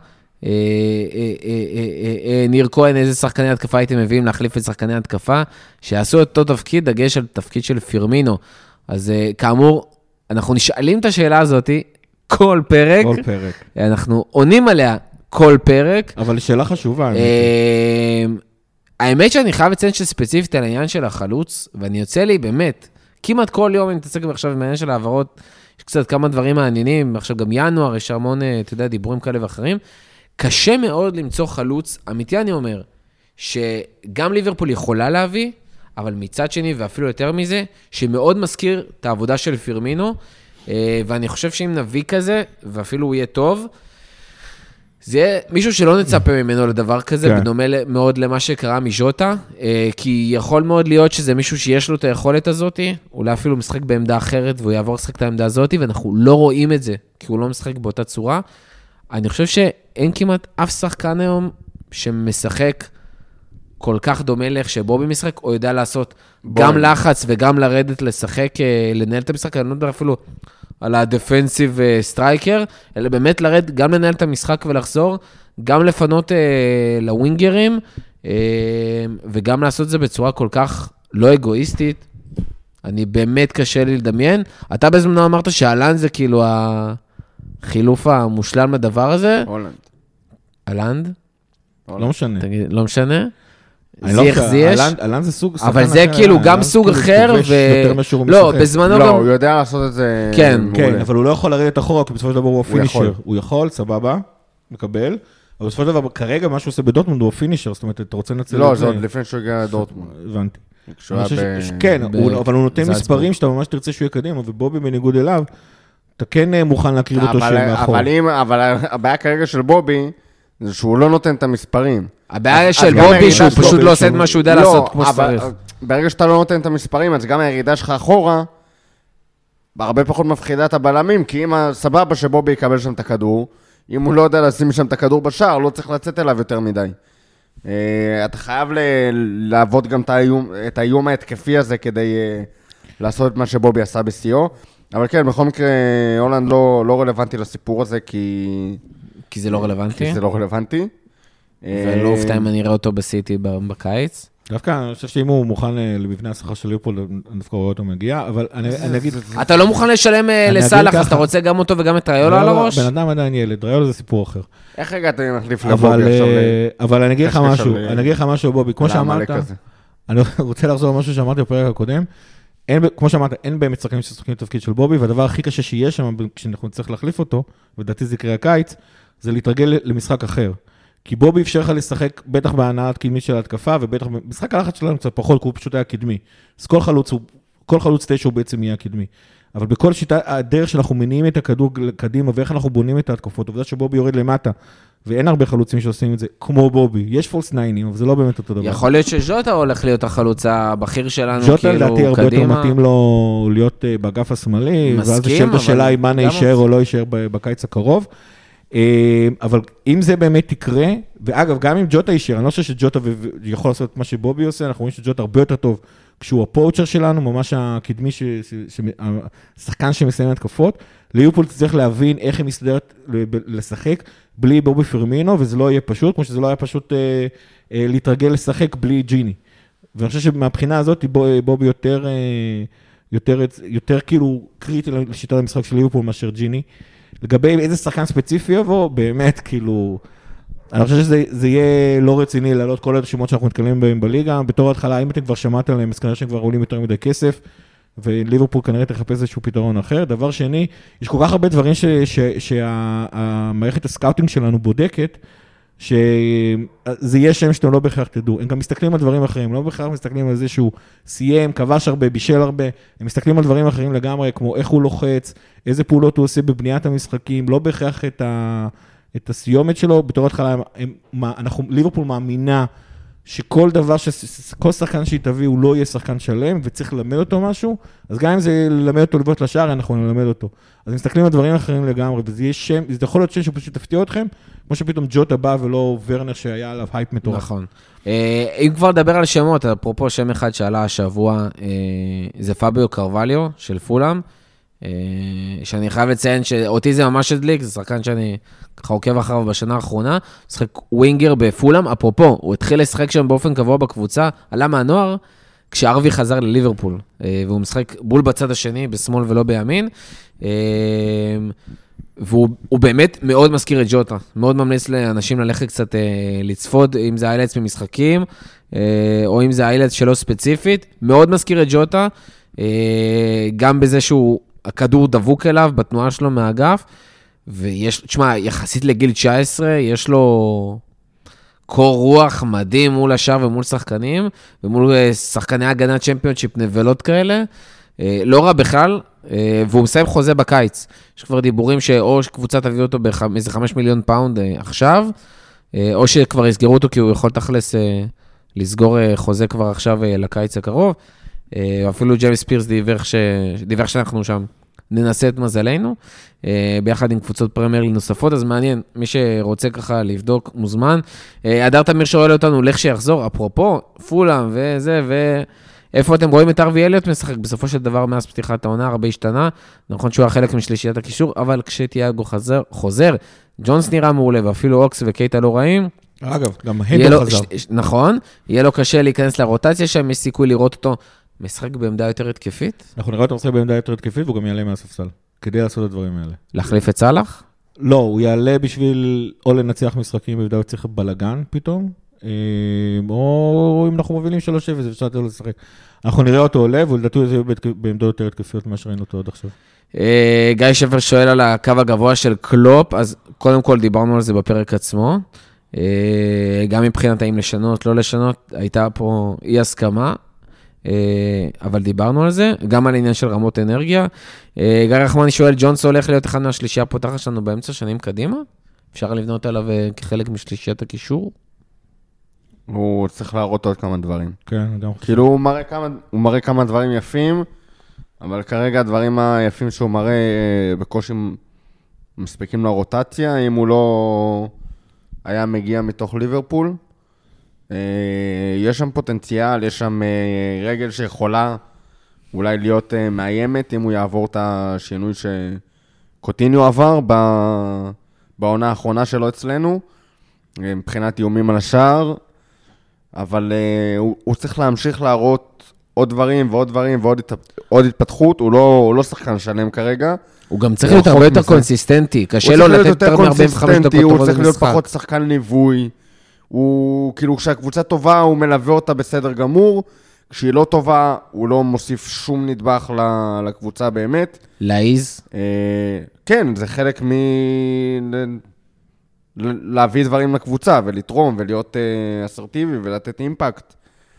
Speaker 1: ניר כהן, איזה שחקני התקפה הייתם מביאים להחליף את שחקני התקפה, שיעשו אותו תפקיד, דגש על תפקיד של פירמינו. אז כאמור, אנחנו נשאלים את השאלה הזאת כל פרק.
Speaker 3: כל פרק.
Speaker 1: אנחנו עונים עליה כל פרק.
Speaker 3: אבל שאלה חשובה.
Speaker 1: האמת שאני חייב לציין שספציפית על העניין של החלוץ, ואני יוצא לי באמת, כמעט כל יום אני מתעסק עכשיו עם העניין של העברות, יש קצת כמה דברים מעניינים, עכשיו גם ינואר, יש המון, אתה יודע, דיבורים כאלה ואחרים. קשה מאוד למצוא חלוץ, אמיתי אני אומר, שגם ליברפול יכולה להביא, אבל מצד שני, ואפילו יותר מזה, שמאוד מזכיר את העבודה של פירמינו, ואני חושב שאם נביא כזה, ואפילו הוא יהיה טוב, זה יהיה מישהו שלא נצפה ממנו לדבר כזה, כן. בדומה מאוד למה שקרה מז'וטה, כי יכול מאוד להיות שזה מישהו שיש לו את היכולת הזאת, אולי אפילו משחק בעמדה אחרת, והוא יעבור לשחק את העמדה הזאת, ואנחנו לא רואים את זה, כי הוא לא משחק באותה צורה. אני חושב שאין כמעט אף שחקן היום שמשחק כל כך דומה לך שבובי משחק, או יודע לעשות גם לחץ וגם לרדת לשחק, לנהל את המשחק, אני לא יודע אפילו על הדפנסיב סטרייקר, אלא באמת לרד, גם לנהל את המשחק ולחזור, גם לפנות לווינגרים, וגם לעשות זה בצורה כל כך לא אגואיסטית. אני באמת קשה לי לדמיין. אתה בזמנו אמרת שאלן זה כאילו החילוף המושלם לדבר הזה.
Speaker 2: הולנד.
Speaker 1: אלנד?
Speaker 3: לא משנה.
Speaker 1: תגיד, לא משנה?
Speaker 3: זיח. אלן זה סוג...
Speaker 1: אבל זה כאילו גם סוג אחר, לא, בזמנו גם...
Speaker 2: לא, הוא יודע לעשות את זה...
Speaker 1: כן,
Speaker 3: כן, אבל הוא לא יכול לרדת אחורה, כי בסופו של דבר הוא הפינישר. הוא יכול, סבבה, מקבל, אבל בסופו של דבר, כרגע מה שהוא עושה בדורטמונד הוא הפינישר, זאת אומרת, אתה רוצה לנצל את זה...
Speaker 2: לא, זה עוד לפני שהוא הגיע לדורטמונד.
Speaker 3: הבנתי. כן, אבל הוא נותן מספרים שאתה ממש תרצה שהוא יקדם, ובובי בניגוד אליו, אתה כן מוכן להקריב אותו שמאחור.
Speaker 2: אבל הבעיה כרגע של בובי, זה שהוא לא נותן את המספרים.
Speaker 1: הבעיה של בובי שהוא פשוט לא עושה את מה שהוא יודע לעשות כמו שצריך.
Speaker 2: ברגע שאתה לא נותן את המספרים, אז גם הירידה שלך אחורה, הרבה פחות מפחידה את הבלמים, כי אם הסבבה שבובי יקבל שם את הכדור, אם הוא לא יודע לשים שם את הכדור בשער, לא צריך לצאת אליו יותר מדי. אתה חייב לעבוד גם את האיום ההתקפי הזה כדי לעשות את מה שבובי עשה בסיוע. אבל כן, בכל מקרה, הולנד לא רלוונטי לסיפור הזה,
Speaker 1: כי זה לא רלוונטי.
Speaker 2: כי זה לא רלוונטי.
Speaker 1: ולא אופתע אם אני אראה אותו בסיטי בקיץ.
Speaker 3: דווקא אני חושב שאם הוא מוכן למבנה השכר של ליברפול, אני דווקא רואה אותו מגיע, אבל אני אגיד...
Speaker 1: אתה לא מוכן לשלם לסלאח, אז אתה רוצה גם אותו וגם את ראיולה על הראש?
Speaker 3: בן אדם עדיין ילד, ראיולה זה סיפור אחר.
Speaker 2: איך הגעת להחליף לבובי עכשיו?
Speaker 3: אבל אני אגיד לך משהו, בובי, כמו שאמרת, אני רוצה לחזור על משהו שאמרתי בפרק הקודם, כמו שאמרת, אין באמת שחקנים ששחקים תפקיד של בובי, והדבר הכי קשה שיש שם, כשאנחנו נצטרך להחליף אותו, ודעתי זה יקרה הקיץ, זה להתרגל למשחק אחר. כי בובי אפשר לך לשחק בטח בהנעת קדמית של ההתקפה, ובטח במשחק הלחץ שלנו קצת פחות, כי הוא פשוט היה קדמי. אז כל חלוץ 9 הוא בעצם יהיה קדמי. אבל בכל שיטה, הדרך שאנחנו מניעים את הכדור קדימה, ואיך אנחנו בונים את ההתקפות, עובדה שבובי יורד למטה, ואין הרבה חלוצים שעושים את זה, כמו בובי. יש פולס ניינים, אבל זה לא באמת אותו דבר.
Speaker 1: יכול להיות שז'וטה הולך להיות החלוץ הבכיר שלנו,
Speaker 3: ז'וטה לדעתי הרבה יותר מתאים לו להיות באגף השמאלי, ואז השאלת השאלה אם מאנה יישאר או לא יישאר בקיץ הקרוב. אבל אם זה באמת יקרה, ואגב, גם אם ג'וטה יישאר, אני לא חושב שג'וטה יכול לעשות את מה שבובי עושה, אנחנו רואים שג'וטה הרבה יותר טוב, כשהוא הפואוצ'ר שלנו, ממש הקדמי, השחקן שמסיים התקפות, ליברפול צריך להבין איך היא מסתדרת לשחק בלי בובי פרמינו, וזה לא יהיה פשוט, כמו שזה לא היה פשוט להתרגל לשחק בלי ג'יני. ואני חושב שמהבחינה הזאת, בובי יותר כאילו קריטי לשיטת המשחק של ליברפול מאשר ג'יני. לגבי איזה שחקן ספציפי יבוא, באמת, כאילו, אני חושב שזה יהיה לא רציני לעלות כל השמות שאנחנו מתקלמים בהם בליגה. בתור ההתחלה, אם אתם כבר שמעת עליהם, אז כנראה שהם כבר עולים יותר מדי כסף, וליברפול כנראה תחפש איזשהו פתרון אחר. דבר שני, יש כל כך הרבה דברים שהמערכת הסקאוטינג שלנו בודקת, שזה יהיה שם שאתם לא בהכרח תדעו. הם גם מסתכלים על דברים אחרים, לא בהכרח מסתכלים על זה שהוא סיים, כבש הרבה, בישל הרבה, הם מסתכלים על דברים אחרים לגמרי, כמו איך הוא לוחץ, איזה פעולות הוא עושה בבניית המשחקים, לא בהכרח את הסיומת שלו. בתור התחלה, ליברפול מאמינה שכל דבר, כל שחקן שהיא תביא הוא לא יהיה שחקן שלם, וצריך ללמד אותו משהו, אז גם אם זה ללמד אותו לבנות לשער, אנחנו נלמד אותו. אז מסתכלים על דברים אחרים לגמרי, וזה יהיה שם, זה יכול להיות שם שפשוט תפתיע אתכם, כמו שפתאום ג'וטה בא ולא ורנר שהיה עליו הייפ מטורף.
Speaker 1: נכון. אם כבר לדבר על שמות, אפרופו שם אחד שעלה השבוע, זה פאביו קרווליו של פולאם, שאני חייב לציין שאותי זה ממש הדליק, זה שחקן שאני ככה עוקב אחריו בשנה האחרונה, שחק ווינגר בפולאם, אפרופו, הוא התחיל לשחק שם באופן קבוע בקבוצה, עלה מהנוער, כשארווי חזר לליברפול, והוא משחק בול בצד השני, בשמאל ולא בימין, והוא באמת מאוד מזכיר את ג'וטה, מאוד ממליץ לאנשים ללכת קצת לצפות, אם זה איילץ במשחקים, או אם זה איילץ שלו ספציפית, מאוד מזכיר את ג'וטה, גם בזה שהוא, הכדור דבוק אליו, בתנועה שלו מהאגף, ויש, תשמע, יחסית לגיל 19, יש לו קור רוח מדהים מול השאר ומול שחקנים, ומול שחקני הגנת צ'מפיונשיפ נבלות כאלה, לא רע בכלל, והוא מסיים חוזה בקיץ. יש כבר דיבורים שאו שקבוצה תביא אותו באיזה 5 מיליון פאונד עכשיו, או שכבר יסגרו אותו כי הוא יכול תכלס לסגור חוזה כבר עכשיו לקיץ הקרוב. אפילו ג'יימס פירס דיווח שאנחנו שם ננסה את מזלנו, ביחד עם קבוצות פרמייר נוספות, אז מעניין, מי שרוצה ככה לבדוק מוזמן. הדר תמיר שואל אותנו, לך שיחזור, אפרופו, פולאם וזה, ואיפה אתם רואים את ארווי אליוט משחק? בסופו של דבר, מאז פתיחת העונה, הרבה השתנה, נכון שהוא היה חלק משלישיית הקישור, אבל כשתיאגו חוזר, ג'ונס נראה מעולה, ואפילו אוקס וקייטה לא רעים.
Speaker 3: אגב, גם הנדו חזר.
Speaker 1: נכון, יהיה לו קשה להיכנס לרוטציה שם, יש סיכוי לראות אותו משחק בעמדה יותר התקפית?
Speaker 3: אנחנו נראה אותו משחק בעמדה יותר התקפית, והוא גם יעלה מהספסל, כדי לעשות את הדברים האלה.
Speaker 1: להחליף את סלאח?
Speaker 3: לא, הוא יעלה בשביל או לנצח משחקים, במידה הוא צריך בלגן פתאום, או אם אנחנו מובילים 3-0, אפשר לתת לו לשחק. אנחנו נראה אותו עולה, והוא לדעתי זה בעמדות יותר התקפיות ממה שראינו אותו עד עכשיו.
Speaker 1: גיא שפר שואל על הקו הגבוה של קלופ, אז קודם כל דיברנו על זה בפרק עצמו, גם מבחינת האם לשנות, לא לשנות, הייתה פה אי הסכמה, אבל דיברנו על זה, גם על העניין של רמות אנרגיה. גיא רחמני שואל, ג'ונס הולך להיות אחד מהשלישייה הפותחת שלנו באמצע שנים קדימה? אפשר לבנות עליו כחלק משלישיית הקישור?
Speaker 2: הוא צריך להראות עוד כמה דברים.
Speaker 3: כן, גם
Speaker 2: כאילו הוא מראה כמה דברים יפים, אבל כרגע הדברים היפים שהוא מראה בקושי מספיקים לרוטציה, אם הוא לא היה מגיע מתוך ליברפול. יש שם פוטנציאל, יש שם רגל שיכולה אולי להיות מאיימת, אם הוא יעבור את השינוי שקוטיניו עבר בעונה האחרונה שלו אצלנו, מבחינת איומים על השער, אבל הוא צריך להמשיך להראות עוד דברים ועוד דברים ועוד התפתחות, הוא לא שחקן שלם כרגע.
Speaker 1: הוא גם צריך להיות הרבה יותר קונסיסטנטי, קשה לו לתת יותר מ-45 דקות טובות
Speaker 2: הוא צריך להיות פחות שחקן ליווי, הוא כאילו כשהקבוצה טובה הוא מלווה אותה בסדר גמור, כשהיא לא טובה הוא לא מוסיף שום נדבך לקבוצה באמת.
Speaker 1: להעיז?
Speaker 2: כן, זה חלק להביא דברים לקבוצה ולתרום ולהיות אסרטיבי ולתת אימפקט.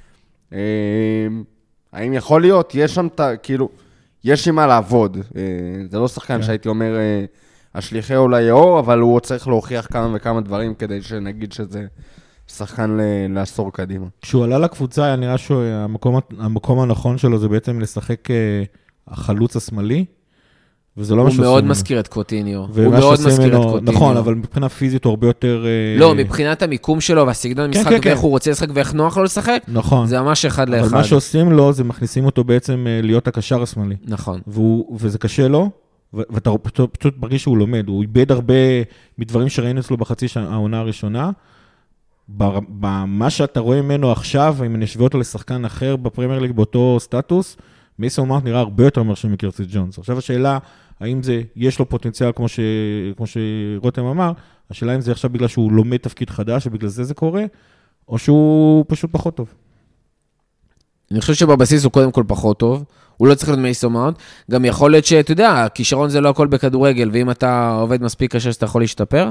Speaker 2: האם יכול להיות? יש שם, כאילו, יש עם מה לעבוד. זה לא שחקן שהייתי אומר, השליחי אולי יאור, אבל הוא צריך להוכיח כמה וכמה דברים כדי שנגיד שזה שחקן לעשור קדימה.
Speaker 3: כשהוא עלה לקבוצה, היה נראה שהמקום הנכון שלו זה בעצם לשחק החלוץ השמאלי, וזה לא מה שעושים.
Speaker 1: הוא מאוד מזכיר את קוטיניו. הוא מאוד מזכיר את קוטיניו.
Speaker 3: נכון, אבל מבחינה פיזית הוא הרבה יותר...
Speaker 1: לא, מבחינת המיקום שלו והסגנון המשחק ואיך הוא רוצה לשחק ואיך נוח לו לשחק,
Speaker 3: נכון.
Speaker 1: זה ממש אחד לאחד.
Speaker 3: אבל מה שעושים לו זה מכניסים אותו בעצם להיות הקשר השמאלי.
Speaker 1: נכון.
Speaker 3: וזה קשה לו, ואתה פשוט מרגיש שהוא לומד. הוא איבד הרבה מדברים שראינו אצלו בחצי העונה הראשונה. במה שאתה רואה ממנו עכשיו, אם נשווה אותו לשחקן אחר בפרמייר ליג באותו סטטוס, מייסון מאונט נראה הרבה יותר מרשים מקרטיס ג'ונס. עכשיו השאלה, האם זה, יש לו פוטנציאל כמו שרותם אמר, השאלה אם זה עכשיו בגלל שהוא לומד תפקיד חדש ובגלל זה קורה, או שהוא פשוט פחות טוב.
Speaker 1: אני חושב שבבסיס הוא קודם כל פחות טוב, הוא לא צריך להיות מייסון מאונט, גם יכול להיות שאתה יודע, כישרון זה לא הכל בכדורגל, ואם אתה עובד מספיק קשה שאתה יכול להשתפר,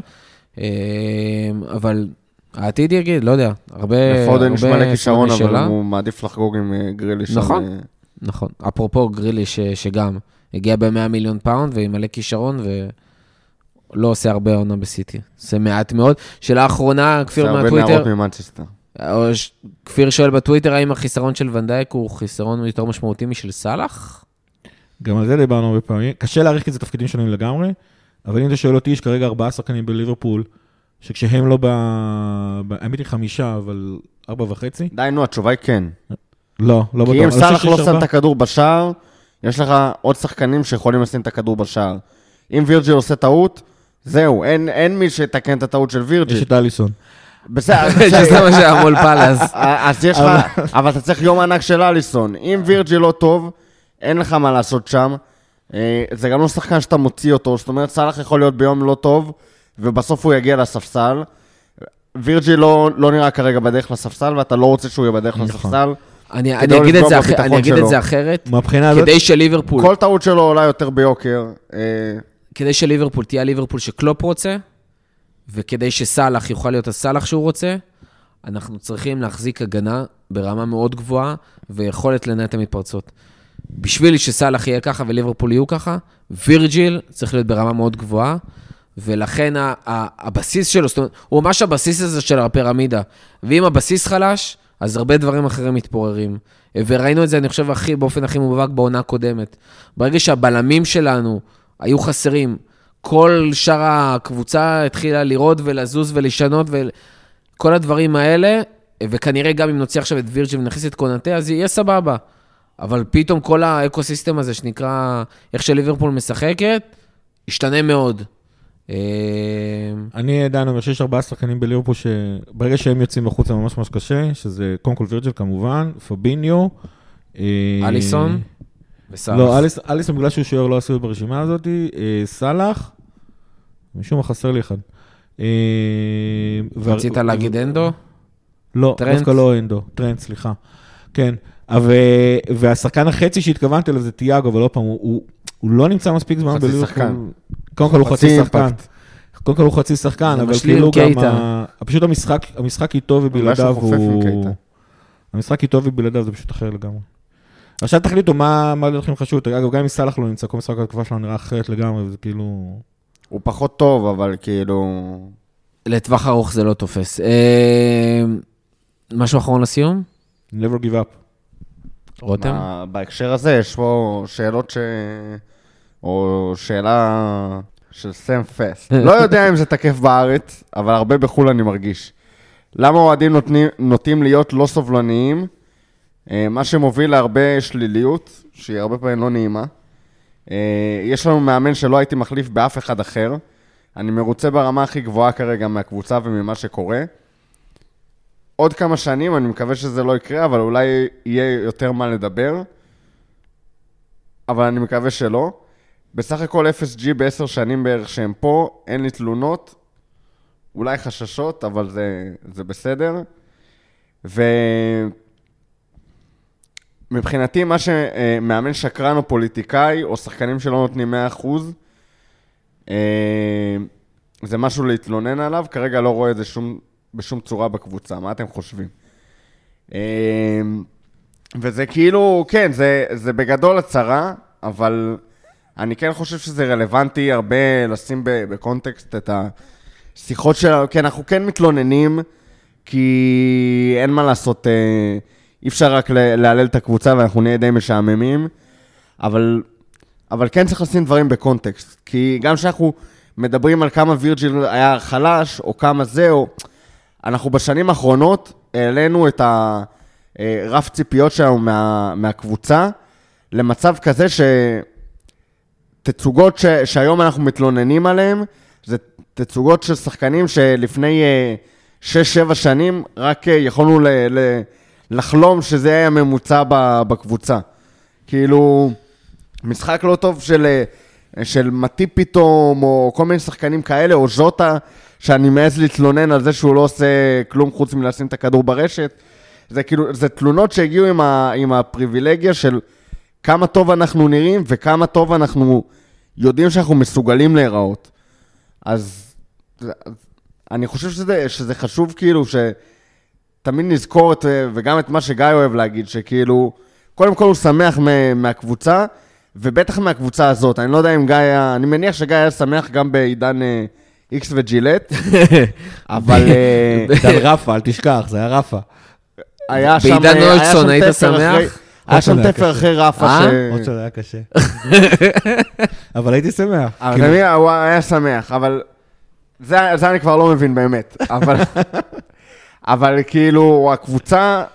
Speaker 1: אבל העתיד יגיד, לא יודע, הרבה
Speaker 2: לפודן נשמע לכישרון, אבל הוא מעדיף לחגוג עם גריליש.
Speaker 1: נכון, נכון. אפרופו גריליש שגם הגיע ב100 מיליון פאונד, ועם מלא כישרון, ולא עושה הרבה עונה בסיטי. זה מעט מאוד. שאלה האחרונה, כפיר מהטוויטר.
Speaker 2: זה הרבה נערות ממנצ'סטר.
Speaker 1: כפיר שואל בטוויטר, האם החיסרון של ונדייק הוא חיסרון יותר משמעותי משל סלאח?
Speaker 3: גם על זה דיברנו הרבה פעמים. קשה להעריך כי זה תפקידים שונים לגמרי, אבל אם אתה שואל אותי, יש כרגע 4 שחקנים בליברפול, שכשהם לא האמת היא 5, אבל 4.5.
Speaker 2: די, נו, התשובה היא כן.
Speaker 3: לא בטוח.
Speaker 2: כי אם סלאח לא שם את הכדור בשער, יש לך עוד שחקנים שיכולים לשים את הכדור בשער. אם וירג'יל עושה טעות, זהו, אין מי שתקן את הטעות של וירג'יל.
Speaker 3: יש את אליסון.
Speaker 2: בסדר.
Speaker 1: שזה מה שהמול פלס.
Speaker 2: אז יש לך, אבל אתה צריך יום ענק של אליסון. אם וירג'יל לא טוב, אין לך מה לעשות שם. זה גם לא שחקן שאתה מוציא אותו, זאת אומרת, סלאח יכול להיות ביום לא טוב, ובסוף הוא יגיע לספסל. וירג'יל לא נראה כרגע בדרך לספסל, ואתה לא רוצה שהוא יהיה בדרך לספסל.
Speaker 1: אני אגיד את זה אחרת, כדי שליברפול...
Speaker 2: כל טעות שלו עולה יותר ביוקר.
Speaker 1: כדי שליברפול תהיה ליברפול שקלופ רוצה, וכדי שסלאח יוכל להיות הסלאח שהוא רוצה, אנחנו צריכים להחזיק הגנה ברמה מאוד גבוהה, ויכולת לנהל את המתפרצות. בשביל שסלאח יהיה ככה וליברפול יהיו ככה, וירג'יל צריך להיות ברמה מאוד גבוהה, ולכן הבסיס שלו, זאת אומרת, הוא ממש הבסיס הזה של הפירמידה, ואם הבסיס חלש, אז הרבה דברים אחרים מתפוררים. וראינו את זה, אני חושב, באופן הכי מובהק בעונה הקודמת. ברגע שהבלמים שלנו היו חסרים, כל שאר הקבוצה התחילה לראות ולזוז ולשנות, וכל הדברים האלה, וכנראה גם אם נוציא עכשיו את וירג'יל ונכניס את קונאטה, אז יהיה סבבה. אבל פתאום כל האקוסיסטם הזה שנקרא, איך שליברפול משחקת, ישתנה מאוד.
Speaker 3: אני עדיין אומר שיש 4 שחקנים בליברפול שברגע שהם יוצאים בחוץ זה ממש ממש קשה, שזה קודם כל וירג'יל כמובן, פביניו,
Speaker 1: אליסון וסלאח.
Speaker 3: לא, אליסון בגלל שהוא שוער לא עשוי ברשימה הזאת, סלאח, משום מה חסר לי אחד.
Speaker 1: רצית להגיד אנדו?
Speaker 3: לא, דווקא לא אנדו, טרנט, סליחה. כן, והשחקן החצי שהתכוונתי אליו זה תיאגו, אבל לא פעם, הוא לא נמצא מספיק זמן בליברפול. קודם כל הוא חצי שחקן. קודם כל הוא חצי שחקן, אבל כאילו גם... פשוט המשחק איתו ובלעדיו הוא... המשחק איתו ובלעדיו זה פשוט אחר לגמרי. עכשיו תחליטו מה לדעתכם חשוב. אגב, גם אם סלאח לא נמצא, כל משחק התקופה שלנו נראה אחרת לגמרי, וזה כאילו...
Speaker 2: הוא פחות טוב, אבל כאילו...
Speaker 1: לטווח ארוך זה לא תופס. משהו אחרון לסיום?
Speaker 3: never give up.
Speaker 1: רותם?
Speaker 2: בהקשר הזה יש פה שאלות או שאלה של סם פסט. לא יודע אם זה תקף בארץ, אבל הרבה בחול אני מרגיש. למה אוהדים נוטים להיות לא סובלניים? מה שמוביל להרבה שליליות, שהיא הרבה פעמים לא נעימה. יש לנו מאמן שלא הייתי מחליף באף אחד אחר. אני מרוצה ברמה הכי גבוהה כרגע מהקבוצה וממה שקורה. עוד כמה שנים, אני מקווה שזה לא יקרה, אבל אולי יהיה יותר מה לדבר. אבל אני מקווה שלא. בסך הכל FSG ב10 שנים בערך שהם פה, אין לי תלונות, אולי חששות, אבל זה בסדר. ומבחינתי, מה שמאמן שקרן או פוליטיקאי, או שחקנים שלא נותנים 100%, זה משהו להתלונן עליו, כרגע לא רואה את זה בשום צורה בקבוצה, מה אתם חושבים? וזה כאילו, כן, זה בגדול הצרה, אבל אני כן חושב שזה רלוונטי הרבה לשים בקונטקסט את השיחות שלנו, כן, אנחנו כן מתלוננים, כי אין מה לעשות, אי אפשר רק להלל את הקבוצה ואנחנו נהיה די משעממים, אבל כן צריך לשים דברים בקונטקסט, כי גם שאנחנו מדברים על כמה וירג'יל היה חלש, או כמה זה, או... אנחנו בשנים האחרונות העלינו את הרף ציפיות שלנו מהקבוצה, למצב כזה שתצוגות שהיום אנחנו מתלוננים עליהן, זה תצוגות של שחקנים שלפני 6-7 שנים רק יכולנו לחלום שזה היה ממוצע בקבוצה. כאילו, משחק לא טוב של מטי פתאום, או כל מיני שחקנים כאלה, או ז'וטה, שאני מעז להתלונן על זה שהוא לא עושה כלום חוץ מלשים את הכדור ברשת. זה כאילו, זה תלונות שהגיעו עם הפריבילגיה של כמה טוב אנחנו נראים, וכמה טוב אנחנו יודעים שאנחנו מסוגלים להיראות. אז אני חושב שזה חשוב כאילו, שתמיד נזכור וגם את מה שגיא אוהב להגיד, שכאילו, קודם כל הוא שמח מהקבוצה, ובטח מהקבוצה הזאת. אני לא יודע אם גיא, אני מניח שגיא היה שמח גם בעידן איקס וג'ילט, אבל...
Speaker 3: דל רפה, אל תשכח, זה היה רפה.
Speaker 1: בעידן נולדסון, היית שמח?
Speaker 2: היה שם תפר אחרי רפה
Speaker 3: עוד שזה היה קשה. אבל הייתי שמח.
Speaker 2: הוא היה שמח, אבל זה אני כבר לא מבין באמת. אבל כאילו, הקבוצה...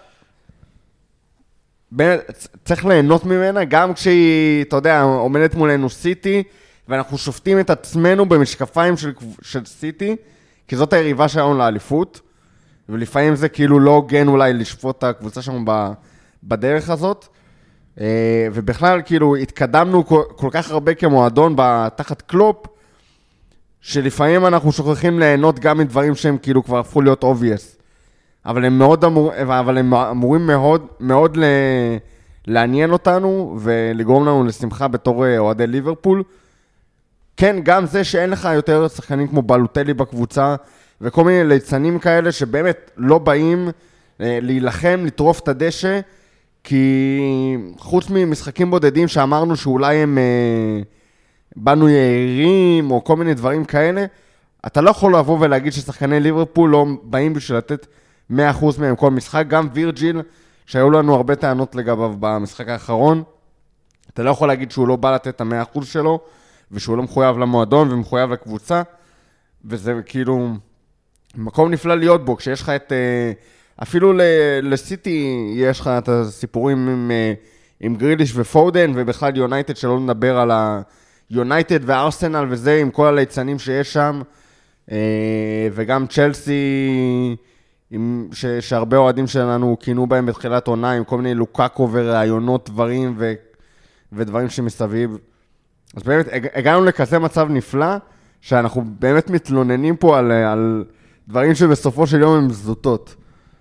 Speaker 2: צריך ליהנות ממנה, גם כשהיא, אתה יודע, עומדת מולנו סיטי, ואנחנו שופטים את עצמנו במשקפיים של סיטי, כי זאת היריבה שלנו לאליפות, ולפעמים זה כאילו לא הוגן אולי לשפוט את הקבוצה שלנו בדרך הזאת, ובכלל כאילו התקדמנו כל כך הרבה כמועדון תחת קלופ, שלפעמים אנחנו שוכחים ליהנות גם מדברים שהם כאילו כבר הפכו להיות obvious. אבל הם אמורים מאוד, מאוד לעניין אותנו ולגרום לנו לשמחה בתור אוהדי ליברפול. כן, גם זה שאין לך יותר שחקנים כמו בלוטלי בקבוצה, וכל מיני ליצנים כאלה שבאמת לא באים להילחם, לטרוף את הדשא, כי חוץ ממשחקים בודדים שאמרנו שאולי הם בנו יעירים או כל מיני דברים כאלה, אתה לא יכול לבוא ולהגיד ששחקני ליברפול לא באים בשביל לתת 100% מהם כל משחק, גם וירג'יל, שהיו לנו הרבה טענות לגביו במשחק האחרון, אתה לא יכול להגיד שהוא לא בא לתת את 100% שלו, ושהוא לא מחויב למועדון ומחויב לקבוצה, וזה כאילו מקום נפלא להיות בו, כשיש לך את, אפילו לסיטי יש לך את הסיפורים עם גריליש ופודן, ובכלל יונייטד שלא נדבר על היונייטד וארסנל וזה, עם כל הליצנים שיש שם, וגם צ'לסי, שהרבה אוהדים שלנו כינו בהם בתחילת עונה, עם כל מיני לוקאקו ורעיונות דברים ודברים שמסביב. אז באמת, הגענו לכזה מצב נפלא, שאנחנו באמת מתלוננים פה על דברים שבסופו של יום הם זוטות.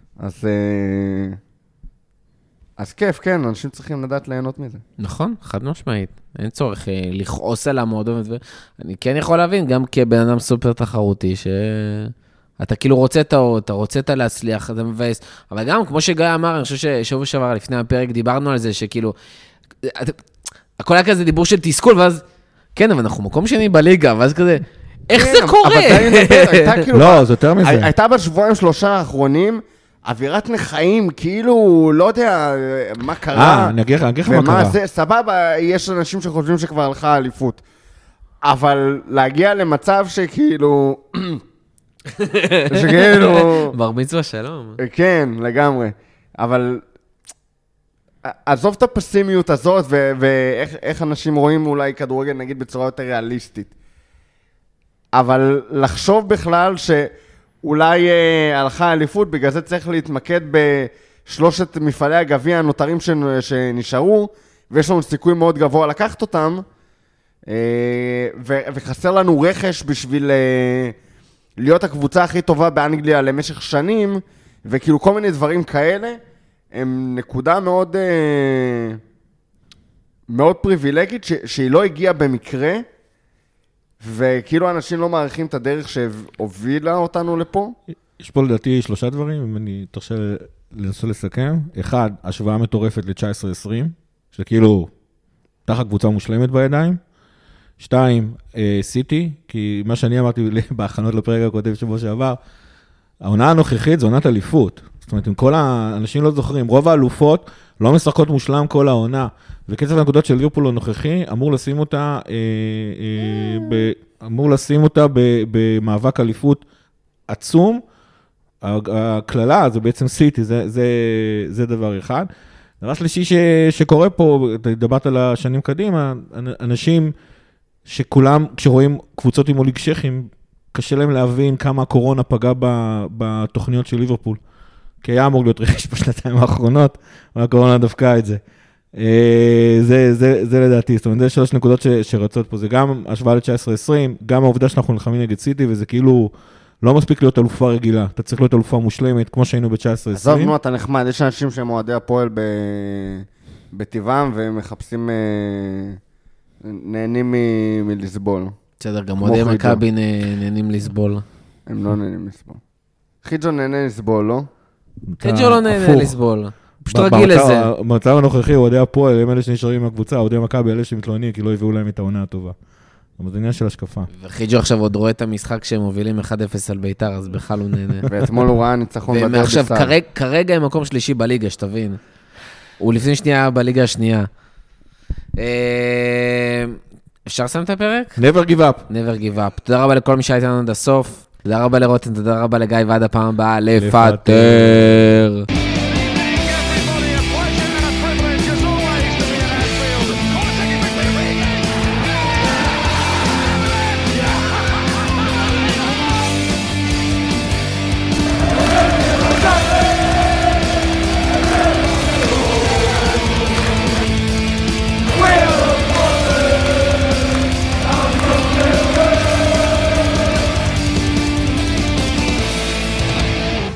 Speaker 2: אז כיף, כן, אנשים צריכים לדעת ליהנות מזה.
Speaker 1: נכון, חד משמעית. אין צורך לכעוס על המועדון. אני כן יכול להבין, גם כבן אדם סופר תחרותי, אתה כאילו רוצה טעות, אתה רוצה את להצליח, אתה מבאס. אבל גם, כמו שגיא אמר, אני חושב ששבוע שעבר לפני הפרק דיברנו על זה, שכאילו, הכל היה כזה דיבור של תסכול, ואז, כן, אבל אנחנו מקום שני בליגה, ואז כזה, איך זה קורה?
Speaker 3: לא, זה יותר מזה.
Speaker 2: הייתה בשבועיים 3 האחרונים, אווירת נחיים, כאילו, לא יודע מה קרה.
Speaker 3: אני אגיד לך מה קרה.
Speaker 2: זה, סבבה, יש אנשים שחושבים שכבר הלכה האליפות. אבל להגיע למצב שכאילו... שכאילו...
Speaker 1: בר מצווה שלום.
Speaker 2: כן, לגמרי. אבל... עזוב את הפסימיות הזאת, ואיך אנשים רואים אולי כדורגל, נגיד, בצורה יותר ריאליסטית. אבל לחשוב בכלל שאולי הלכה האליפות, בגלל זה צריך להתמקד בשלושת מפעלי הגביע הנותרים שנשארו, ויש לנו סיכוי מאוד גבוה לקחת אותם, וחסר לנו רכש בשביל להיות הקבוצה הכי טובה באנגליה למשך שנים, וכאילו כל מיני דברים כאלה, הם נקודה מאוד, מאוד פריבילגית, שהיא לא הגיעה במקרה, וכאילו אנשים לא מעריכים את הדרך שהובילה אותנו לפה.
Speaker 3: יש פה לדעתי 3 דברים, אם אני תרשה לנסות לסכם. 1, השוואה מטורפת ל-19-20, שכאילו תחת קבוצה מושלמת בידיים. 2, סיטי, כי מה שאני אמרתי בהכנות לפרק הקודם שבוע שעבר, העונה הנוכחית זו עונת אליפות. זאת אומרת, אם כל האנשים לא זוכרים, רוב האלופות לא משחקות מושלם כל העונה, וקצב הנקודות של ליברפול הנוכחי אמור לשים אותה במאבק אליפות עצום. הכללה זה בעצם סיטי, זה דבר אחד. דבר שלישי שקורה פה, אתה דיברת על השנים קדימה, אנשים שכולם, כשרואים קבוצות עם אוליג שכים, קשה להם להבין כמה הקורונה פגעה בתוכניות של ליברפול. כי היה אמור להיות רכש בשנתיים האחרונות, אבל הקורונה דווקא את זה. זה לדעתי, זאת אומרת, זה 3 נקודות שרצות פה, זה גם השוואה ל-19-20, גם העובדה שאנחנו נלחמים נגד סיטי, וזה כאילו לא מספיק להיות אלופה רגילה, אתה צריך להיות אלופה מושלמת, כמו שהיינו ב-19-20.
Speaker 2: עזוב, נו, אתה נחמד, יש אנשים שהם אוהדי הפועל בטבעם, והם מחפשים, נהנים מלסבול.
Speaker 1: בסדר, גם אוהדי מכבי נהנים לסבול.
Speaker 2: הם לא נהנים לסבול. חיג'ו נהנה לסבול, לא?
Speaker 1: חיג'ו לא נהנה לסבול. פשוט רגיל לזה.
Speaker 3: במצב הנוכחי, אוהדי הפועל, הם אלה שנשארים מהקבוצה, אוהדי מכבי, אלה שמתלוננים, כי לא הביאו להם את העונה הטובה. אבל זה עניין של השקפה.
Speaker 1: וחיג'ו עכשיו עוד רואה את המשחק שהם מובילים 1-0 על ביתר, אז בכלל הוא נהנה.
Speaker 2: ואתמול הוא ראה ניצחון בדרבי
Speaker 1: ועכשיו, כרגע הם מקום שלישי בליגה, שתבין. הוא לפני שנייה בליגה השנייה. אפשר לסיים את הפרק?
Speaker 3: Never give up.
Speaker 1: Never give up. תודה רבה לכל מי שהייתנו עד הסוף. תודה רבה לרותם, תודה רבה לגיא ועד הפעם הבאה לפטר.